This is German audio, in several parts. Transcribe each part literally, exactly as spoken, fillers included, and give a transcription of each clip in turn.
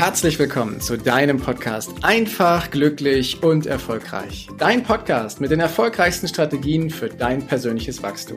Herzlich willkommen zu deinem Podcast Einfach, glücklich und erfolgreich. Dein Podcast mit den erfolgreichsten Strategien für dein persönliches Wachstum.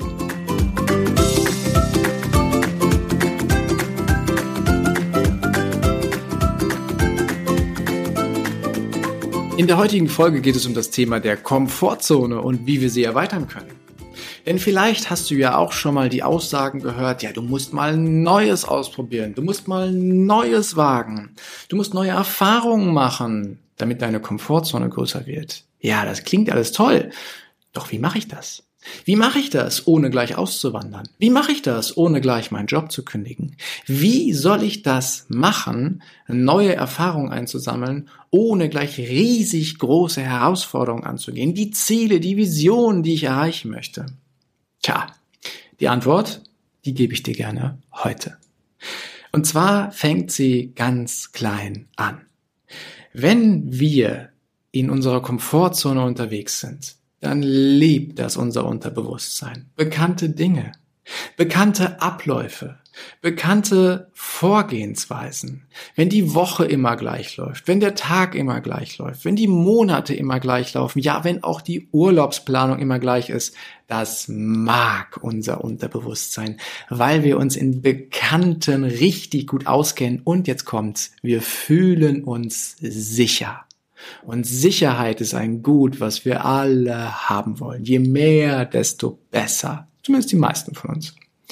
In der heutigen Folge geht es um das Thema der Komfortzone und wie wir sie erweitern können. Denn vielleicht hast du ja auch schon mal die Aussagen gehört, ja, du musst mal Neues ausprobieren, du musst mal Neues wagen, du musst neue Erfahrungen machen, damit deine Komfortzone größer wird. Ja, das klingt alles toll, doch wie mache ich das? Wie mache ich das, ohne gleich auszuwandern? Wie mache ich das, ohne gleich meinen Job zu kündigen? Wie soll ich das machen, neue Erfahrungen einzusammeln, ohne gleich riesig große Herausforderungen anzugehen? Die Ziele, die Visionen, die ich erreichen möchte. Tja, die Antwort, die gebe ich dir gerne heute. Und zwar fängt sie ganz klein an. Wenn wir in unserer Komfortzone unterwegs sind, dann liebt das unser Unterbewusstsein. Bekannte Dinge, bekannte Abläufe, bekannte Vorgehensweisen. Wenn die Woche immer gleich läuft, wenn der Tag immer gleich läuft, wenn die Monate immer gleich laufen, ja, wenn auch die Urlaubsplanung immer gleich ist, das mag unser Unterbewusstsein, weil wir uns in Bekannten richtig gut auskennen. Und jetzt kommt's, wir fühlen uns sicher. Und Sicherheit ist ein Gut, was wir alle haben wollen. Je mehr, desto besser. Zumindest die meisten von uns.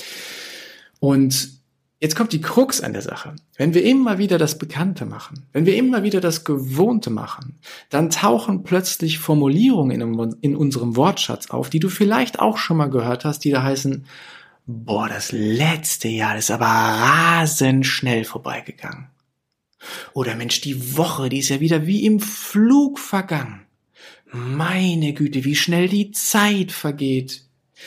Und jetzt kommt die Krux an der Sache. Wenn wir immer wieder das Bekannte machen, wenn wir immer wieder das Gewohnte machen, dann tauchen plötzlich Formulierungen in, in unserem Wortschatz auf, die du vielleicht auch schon mal gehört hast, die da heißen, boah, das letzte Jahr ist aber rasend schnell vorbeigegangen. Oder Mensch, die Woche, die ist ja wieder wie im Flug vergangen. Meine Güte, wie schnell die Zeit vergeht.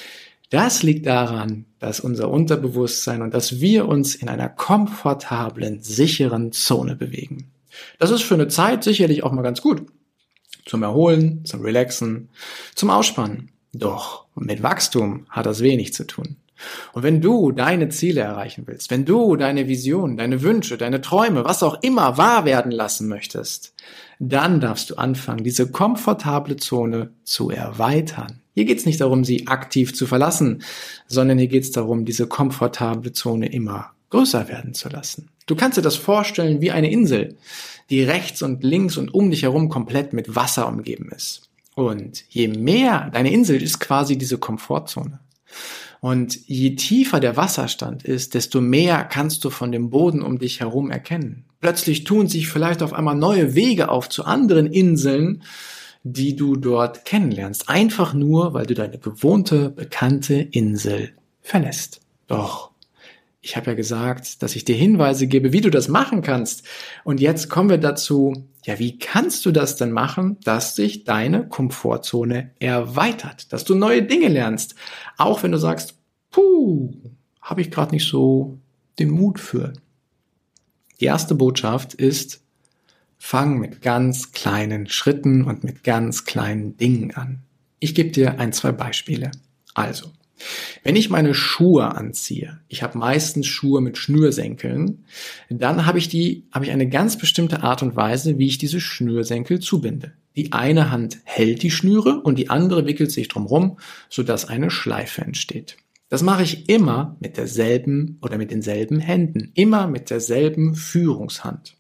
Das liegt daran, dass unser Unterbewusstsein und dass wir uns in einer komfortablen, sicheren Zone bewegen. Das ist für eine Zeit sicherlich auch mal ganz gut. Zum Erholen, zum Relaxen, zum Ausspannen. Doch mit Wachstum hat das wenig zu tun. Und wenn du deine Ziele erreichen willst, wenn du deine Visionen, deine Wünsche, deine Träume, was auch immer wahr werden lassen möchtest, dann darfst du anfangen, diese komfortable Zone zu erweitern. Hier geht es nicht darum, sie aktiv zu verlassen, sondern hier geht es darum, diese komfortable Zone immer größer werden zu lassen. Du kannst dir das vorstellen wie eine Insel, die rechts und links und um dich herum komplett mit Wasser umgeben ist. Und je mehr, deine Insel ist quasi diese Komfortzone. Und je tiefer der Wasserstand ist, desto mehr kannst du von dem Boden um dich herum erkennen. Plötzlich tun sich vielleicht auf einmal neue Wege auf zu anderen Inseln, die du dort kennenlernst. Einfach nur, weil du deine gewohnte, bekannte Insel verlässt. Doch, ich habe ja gesagt, dass ich dir Hinweise gebe, wie du das machen kannst. Und jetzt kommen wir dazu, ja, wie kannst du das denn machen, dass sich deine Komfortzone erweitert, dass du neue Dinge lernst, auch wenn du sagst, puh, habe ich gerade nicht so den Mut für. Die erste Botschaft ist, fang mit ganz kleinen Schritten und mit ganz kleinen Dingen an. Ich gebe dir ein, zwei Beispiele. Also, wenn ich meine Schuhe anziehe, ich habe meistens Schuhe mit Schnürsenkeln, dann habe ich die, habe ich eine ganz bestimmte Art und Weise, wie ich diese Schnürsenkel zubinde. Die eine Hand hält die Schnüre und die andere wickelt sich drumherum, sodass eine Schleife entsteht. Das mache ich immer mit derselben oder mit denselben Händen, immer mit derselben Führungshand.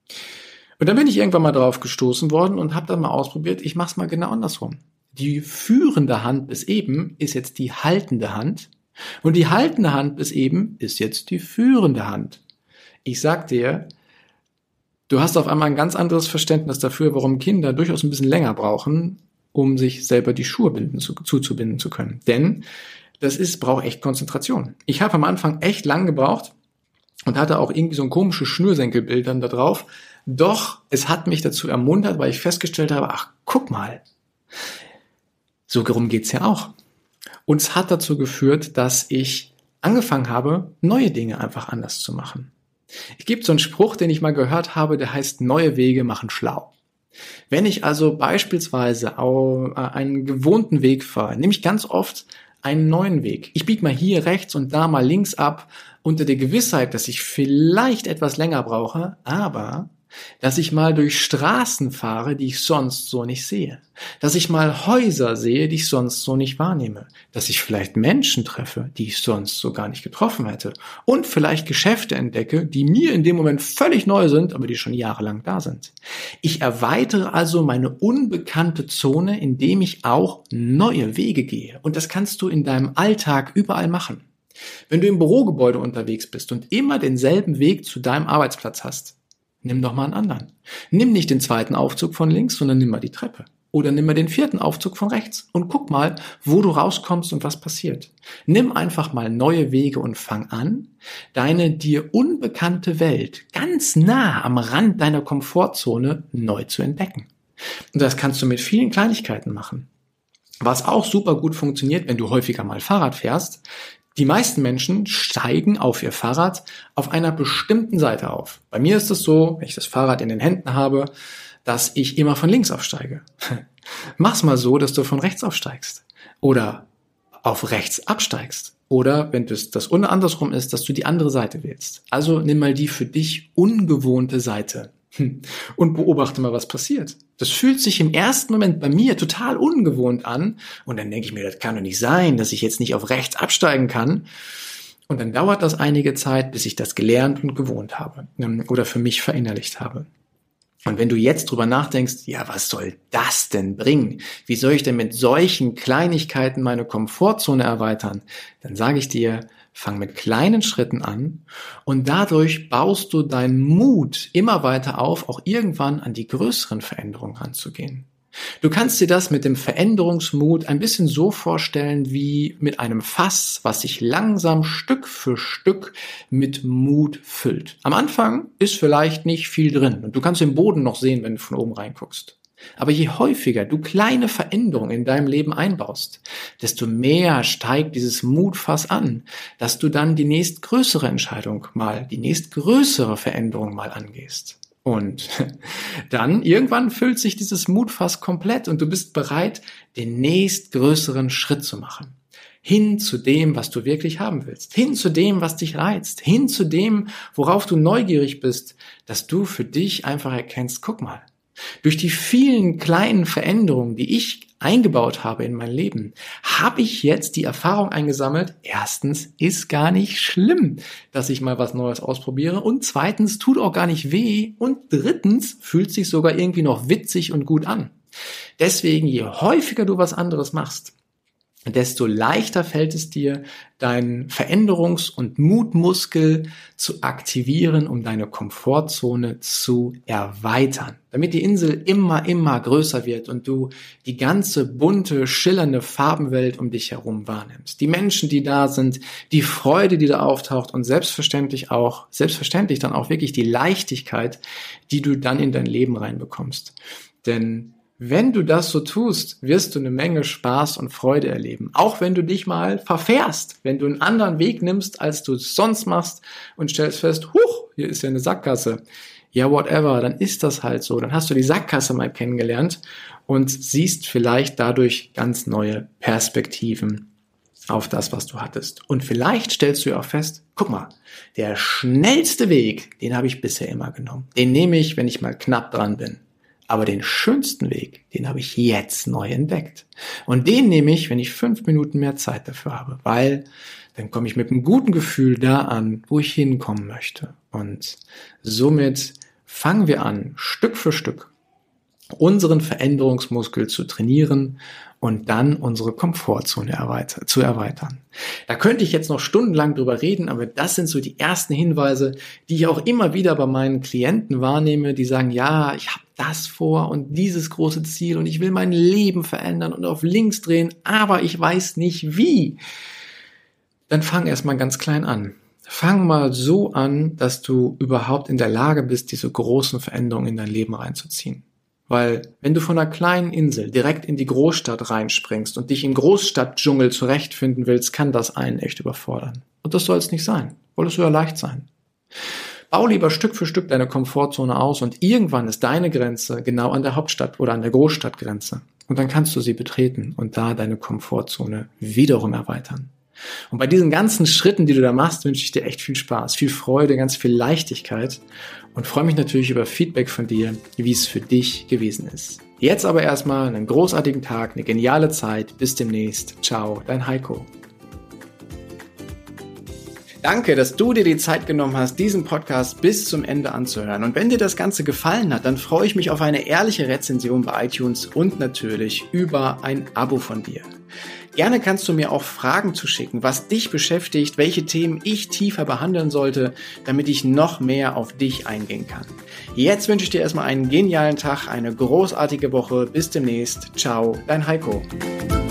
Und dann bin ich irgendwann mal drauf gestoßen worden und habe dann mal ausprobiert, ich mache es mal genau andersrum. Die führende Hand bis eben ist jetzt die haltende Hand und die haltende Hand bis eben ist jetzt die führende Hand. Ich sag dir, du hast auf einmal ein ganz anderes Verständnis dafür, warum Kinder durchaus ein bisschen länger brauchen, um sich selber die Schuhe binden zu, zuzubinden zu können. Denn das ist, braucht echt Konzentration. Ich habe am Anfang echt lang gebraucht und hatte auch irgendwie so ein komisches Schnürsenkelbild dann da drauf. Doch es hat mich dazu ermuntert, weil ich festgestellt habe, ach, guck mal, so rum geht's ja auch. Und es hat dazu geführt, dass ich angefangen habe, neue Dinge einfach anders zu machen. Es gibt so einen Spruch, den ich mal gehört habe, der heißt, neue Wege machen schlau. Wenn ich also beispielsweise einen gewohnten Weg fahre, nehme ich ganz oft einen neuen Weg. Ich biege mal hier rechts und da mal links ab, unter der Gewissheit, dass ich vielleicht etwas länger brauche, aber Dass ich mal durch Straßen fahre, die ich sonst so nicht sehe. Dass ich mal Häuser sehe, die ich sonst so nicht wahrnehme. Dass ich vielleicht Menschen treffe, die ich sonst so gar nicht getroffen hätte. Und vielleicht Geschäfte entdecke, die mir in dem Moment völlig neu sind, aber die schon jahrelang da sind. Ich erweitere also meine unbekannte Zone, indem ich auch neue Wege gehe. Und das kannst du in deinem Alltag überall machen. Wenn du im Bürogebäude unterwegs bist und immer denselben Weg zu deinem Arbeitsplatz hast, nimm doch mal einen anderen. Nimm nicht den zweiten Aufzug von links, sondern nimm mal die Treppe. Oder nimm mal den vierten Aufzug von rechts und guck mal, wo du rauskommst und was passiert. Nimm einfach mal neue Wege und fang an, deine dir unbekannte Welt ganz nah am Rand deiner Komfortzone neu zu entdecken. Und das kannst du mit vielen Kleinigkeiten machen. Was auch super gut funktioniert, wenn du häufiger mal Fahrrad fährst: Die meisten Menschen steigen auf ihr Fahrrad auf einer bestimmten Seite auf. Bei mir ist es so, wenn ich das Fahrrad in den Händen habe, dass ich immer von links aufsteige. Mach's mal so, dass du von rechts aufsteigst. Oder auf rechts absteigst. Oder, wenn das, das andersrum ist, dass du die andere Seite wählst. Also nimm mal die für dich ungewohnte Seite. Und beobachte mal, was passiert. Das fühlt sich im ersten Moment bei mir total ungewohnt an. Und dann denke ich mir, das kann doch nicht sein, dass ich jetzt nicht auf rechts absteigen kann. Und dann dauert das einige Zeit, bis ich das gelernt und gewohnt habe oder für mich verinnerlicht habe. Und wenn du jetzt drüber nachdenkst, ja, was soll das denn bringen? Wie soll ich denn mit solchen Kleinigkeiten meine Komfortzone erweitern? Dann sage ich dir, fang mit kleinen Schritten an und dadurch baust du deinen Mut immer weiter auf, auch irgendwann an die größeren Veränderungen ranzugehen. Du kannst dir das mit dem Veränderungsmut ein bisschen so vorstellen wie mit einem Fass, was sich langsam Stück für Stück mit Mut füllt. Am Anfang ist vielleicht nicht viel drin und du kannst den Boden noch sehen, wenn du von oben reinguckst. Aber je häufiger du kleine Veränderungen in deinem Leben einbaust, desto mehr steigt dieses Mutfass an, dass du dann die nächstgrößere Entscheidung mal, die nächstgrößere Veränderung mal angehst. Und dann irgendwann füllt sich dieses Mutfass komplett und du bist bereit, den nächstgrößeren Schritt zu machen. Hin zu dem, was du wirklich haben willst. Hin zu dem, was dich reizt. Hin zu dem, worauf du neugierig bist, dass du für dich einfach erkennst, guck mal, durch die vielen kleinen Veränderungen, die ich eingebaut habe in mein Leben, habe ich jetzt die Erfahrung eingesammelt, erstens, ist gar nicht schlimm, dass ich mal was Neues ausprobiere und zweitens, tut auch gar nicht weh und drittens, fühlt sich sogar irgendwie noch witzig und gut an. Deswegen, je häufiger du was anderes machst, desto leichter fällt es dir, deinen Veränderungs- und Mutmuskel zu aktivieren, um deine Komfortzone zu erweitern. Damit die Insel immer, immer größer wird und du die ganze bunte, schillernde Farbenwelt um dich herum wahrnimmst. Die Menschen, die da sind, die Freude, die da auftaucht und selbstverständlich auch, selbstverständlich dann auch wirklich die Leichtigkeit, die du dann in dein Leben reinbekommst. Denn wenn du das so tust, wirst du eine Menge Spaß und Freude erleben. Auch wenn du dich mal verfährst, wenn du einen anderen Weg nimmst, als du es sonst machst und stellst fest, huch, hier ist ja eine Sackgasse. Ja, whatever, dann ist das halt so. Dann hast du die Sackgasse mal kennengelernt und siehst vielleicht dadurch ganz neue Perspektiven auf das, was du hattest. Und vielleicht stellst du ja auch fest, guck mal, der schnellste Weg, den habe ich bisher immer genommen. Den nehme ich, wenn ich mal knapp dran bin. Aber den schönsten Weg, den habe ich jetzt neu entdeckt. Und den nehme ich, wenn ich fünf Minuten mehr Zeit dafür habe, weil dann komme ich mit einem guten Gefühl da an, wo ich hinkommen möchte. Und somit fangen wir an, Stück für Stück unseren Veränderungsmuskel zu trainieren und dann unsere Komfortzone erweitern, zu erweitern. Da könnte ich jetzt noch stundenlang drüber reden, aber das sind so die ersten Hinweise, die ich auch immer wieder bei meinen Klienten wahrnehme, die sagen, ja, ich habe das vor und dieses große Ziel und ich will mein Leben verändern und auf links drehen, aber ich weiß nicht wie. Dann fang erstmal ganz klein an. Fang mal so an, dass du überhaupt in der Lage bist, diese großen Veränderungen in dein Leben reinzuziehen. Weil wenn du von einer kleinen Insel direkt in die Großstadt reinspringst und dich im Großstadtdschungel zurechtfinden willst, kann das einen echt überfordern. Und das soll es nicht sein. Soll es sogar leicht sein. Bau lieber Stück für Stück deine Komfortzone aus und irgendwann ist deine Grenze genau an der Hauptstadt oder an der Großstadtgrenze. Und dann kannst du sie betreten und da deine Komfortzone wiederum erweitern. Und bei diesen ganzen Schritten, die du da machst, wünsche ich dir echt viel Spaß, viel Freude, ganz viel Leichtigkeit und freue mich natürlich über Feedback von dir, wie es für dich gewesen ist. Jetzt aber erstmal einen großartigen Tag, eine geniale Zeit. Bis demnächst. Ciao, dein Heiko. Danke, dass du dir die Zeit genommen hast, diesen Podcast bis zum Ende anzuhören. Und wenn dir das Ganze gefallen hat, dann freue ich mich auf eine ehrliche Rezension bei iTunes und natürlich über ein Abo von dir. Gerne kannst du mir auch Fragen zuschicken, was dich beschäftigt, welche Themen ich tiefer behandeln sollte, damit ich noch mehr auf dich eingehen kann. Jetzt wünsche ich dir erstmal einen genialen Tag, eine großartige Woche. Bis demnächst. Ciao, dein Heiko.